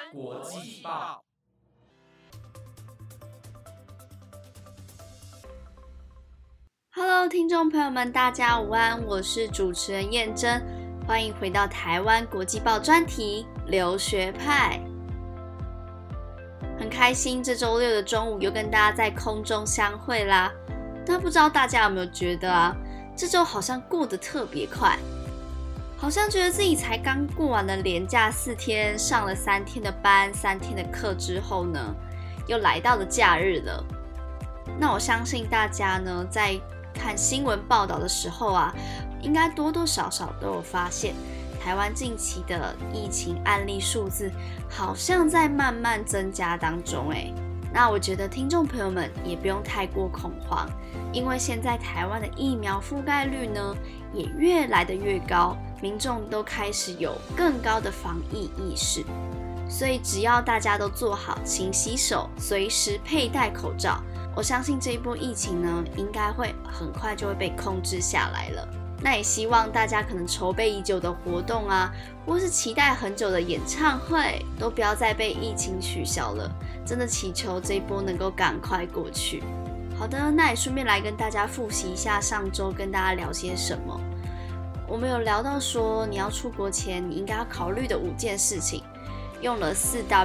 国际报 Hello， 听众朋友们，大家午安，我是主持人燕珍，欢迎回到台湾国际报专题留学派。很开心这周六的中午又跟大家在空中相会啦。那不知道大家有没有觉得啊，这周好像过得特别快，好像觉得自己才刚过完了连假4天，上了3天的班，3天的课之后呢，又来到了假日了。那我相信大家呢，在看新闻报道的时候啊，应该多多少少都有发现，台湾近期的疫情案例数字好像在慢慢增加当中诶。那我觉得听众朋友们也不用太过恐慌，因为现在台湾的疫苗覆盖率呢也越来的越高，民众都开始有更高的防疫意识，所以只要大家都做好勤洗手，随时佩戴口罩，我相信这一波疫情呢，应该会很快就会被控制下来了。那也希望大家可能筹备已久的活动啊，或是期待很久的演唱会，都不要再被疫情取消了。真的祈求这一波能够赶快过去。好的，那也顺便来跟大家复习一下上周跟大家聊些什么。我们有聊到说，你要出国前你应该要考虑的5件事情，用了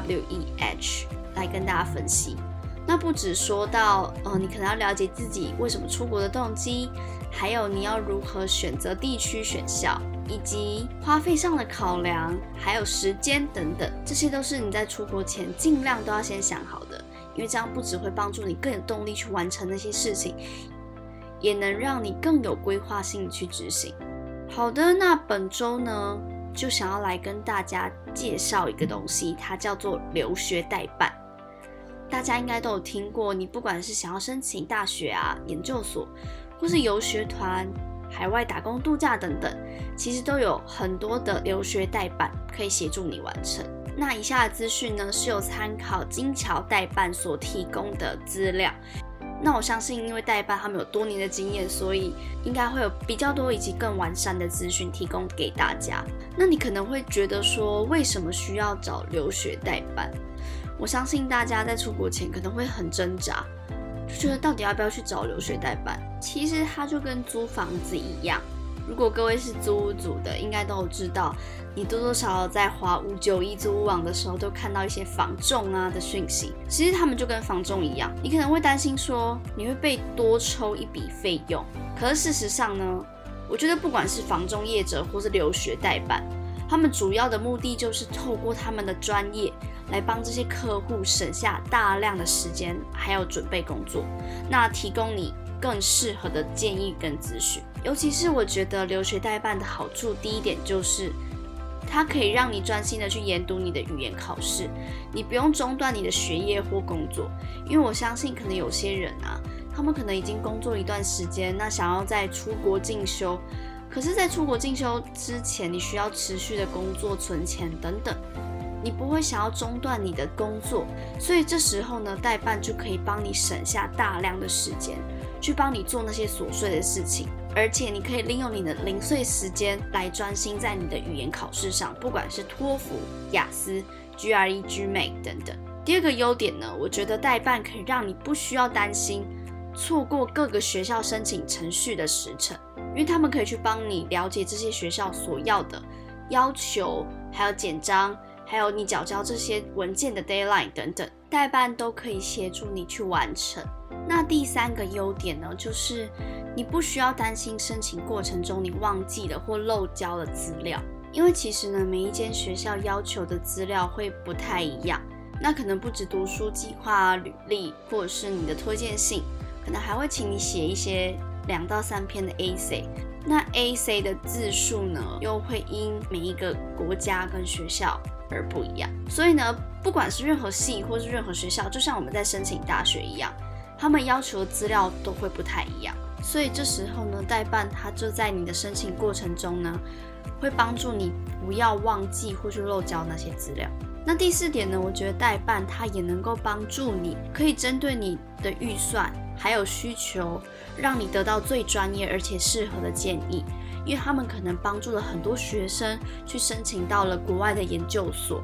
4WEH 来跟大家分析。那不只说到你可能要了解自己为什么出国的动机，还有你要如何选择地区选校，以及花费上的考量，还有时间等等，这些都是你在出国前尽量都要先想好的，因为这样不只会帮助你更有动力去完成那些事情，也能让你更有规划性的去执行。好的，那本周呢，就想要来跟大家介绍一个东西，它叫做留学代办。大家应该都有听过，你不管是想要申请大学啊、研究所，或是游学团、海外打工度假等等，其实都有很多的留学代办可以协助你完成。那以下的资讯呢，是有参考金桥代办所提供的资料。那我相信，因为代办他们有多年的经验，所以应该会有比较多以及更完善的资讯提供给大家。那你可能会觉得说，为什么需要找留学代办？我相信大家在出国前可能会很挣扎，就觉得到底要不要去找留学代办。其实它就跟租房子一样，如果各位是租屋族的，应该都有知道，你多多少少在滑591租屋网的时候都看到一些房仲啊的讯息。其实他们就跟房仲一样，你可能会担心说你会被多抽一笔费用，可是事实上呢，我觉得不管是房仲业者或是留学代办，他们主要的目的就是透过他们的专业来帮这些客户省下大量的时间，还有准备工作，那提供你更适合的建议跟资讯。尤其是我觉得留学代办的好处，第一点就是它可以让你专心的去研读你的语言考试，你不用中断你的学业或工作。因为我相信可能有些人啊，他们可能已经工作一段时间，那想要再出国进修，可是在出国进修之前，你需要持续的工作、存钱等等，你不会想要中断你的工作，所以这时候呢，代办就可以帮你省下大量的时间，去帮你做那些琐碎的事情，而且你可以利用你的零碎时间来专心在你的语言考试上，不管是托福、雅思、GRE、GMAT 等等。第二个优点呢，我觉得代办可以让你不需要担心错过各个学校申请程序的时程，因为他们可以去帮你了解这些学校所要的要求，还有简章，还有你缴交这些文件的 deadline 等等，代办都可以协助你去完成。那第3个优点呢，就是你不需要担心申请过程中你忘记了或漏交了资料，因为其实呢，每一间学校要求的资料会不太一样，那可能不止读书计划、履历，或者是你的推荐信，可能还会请你写一些2到3篇的 essay。那 essay 的字数呢，又会因每一个国家跟学校而不一样。所以呢，不管是任何系或是任何学校，就像我们在申请大学一样，他们要求的资料都会不太一样。所以这时候呢，代办它就在你的申请过程中呢，会帮助你不要忘记或是漏交那些资料。那第4点呢，我觉得代办它也能够帮助你，可以针对你的预算还有需求，让你得到最专业而且适合的建议。因为他们可能帮助了很多学生去申请到了国外的研究所，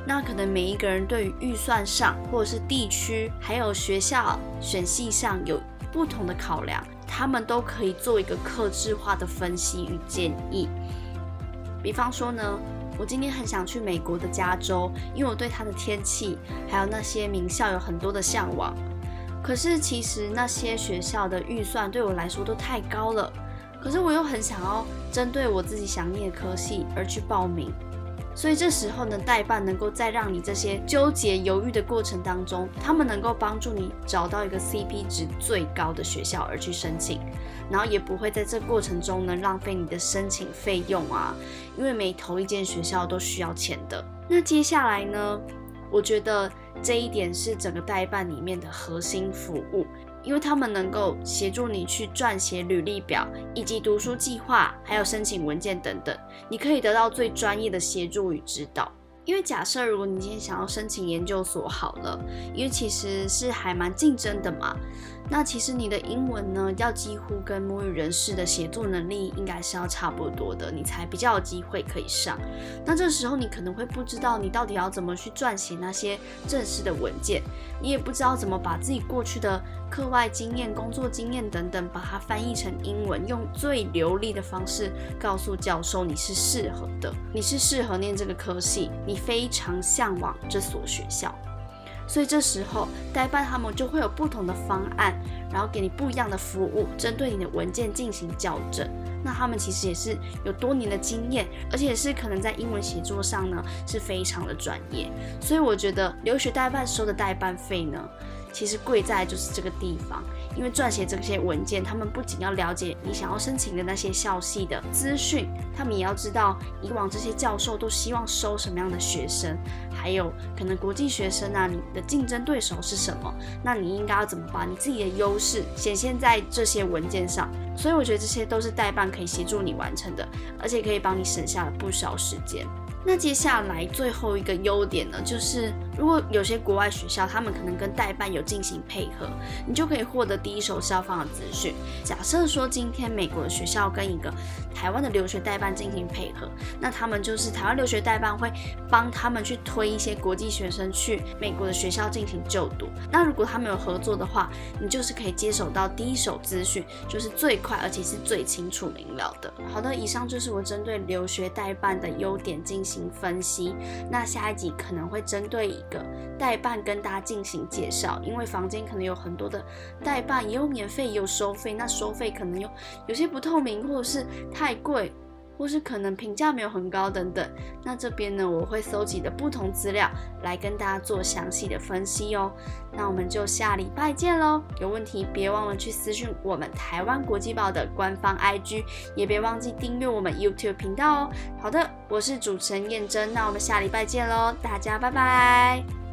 那可能每一个人对于预算上，或者是地区，还有学校选系上有不同的考量，他们都可以做一个客制化的分析与建议。比方说呢，我今天很想去美国的加州，因为我对它的天气还有那些名校有很多的向往。可是其实那些学校的预算对我来说都太高了，可是我又很想要针对我自己想念的科系而去报名。所以这时候呢，代办能够在让你这些纠结犹豫的过程当中，他们能够帮助你找到一个 CP 值最高的学校而去申请，然后也不会在这过程中呢浪费你的申请费用啊，因为每投一间学校都需要钱的。那接下来呢，我觉得这一点是整个代办里面的核心服务，因为他们能够协助你去撰写履历表，以及读书计划，还有申请文件等等，你可以得到最专业的协助与指导。因为假设如果你今天想要申请研究所好了，因为其实是还蛮竞争的嘛，那其实你的英文呢，要几乎跟母语人士的写作能力应该是要差不多的，你才比较有机会可以上。那这时候你可能会不知道你到底要怎么去撰写那些正式的文件，你也不知道怎么把自己过去的课外经验、工作经验等等，把它翻译成英文，用最流利的方式告诉教授你是适合的，你是适合念这个科系，你非常向往这所学校。所以这时候代办他们就会有不同的方案，然后给你不一样的服务，针对你的文件进行校正。那他们其实也是有多年的经验，而且是可能在英文写作上呢是非常的专业。所以我觉得留学代办收的代办费呢，其实贵在就是这个地方，因为撰写这些文件，他们不仅要了解你想要申请的那些校系的资讯，他们也要知道以往这些教授都希望收什么样的学生，还有可能国际学生啊，你的竞争对手是什么，那你应该要怎么把你自己的优势显现在这些文件上。所以我觉得这些都是代办可以协助你完成的，而且可以帮你省下了不少时间。那接下来最后一个优点呢，就是如果有些国外学校他们可能跟代办有进行配合，你就可以获得第一手校方的资讯。假设说今天美国的学校跟一个台湾的留学代办进行配合，那他们就是台湾留学代办会帮他们去推一些国际学生去美国的学校进行就读。那如果他们有合作的话，你就是可以接手到第一手资讯，就是最快而且是最清楚明了的。好的，以上就是我针对留学代办的优点进行分析。那下一集可能会针对一个代办跟大家进行介绍，因为坊间可能有很多的代办，也有免费也有收费，那收费可能有些不透明，或者是太贵，或是可能评价没有很高等等。那这边呢，我会搜集的不同资料来跟大家做详细的分析哦。那我们就下礼拜见咯，有问题别忘了去私讯我们台湾国际报的官方 IG， 也别忘记订阅我们 YouTube 频道哦。好的，我是主持人燕珍，那我们下礼拜见咯，大家拜拜。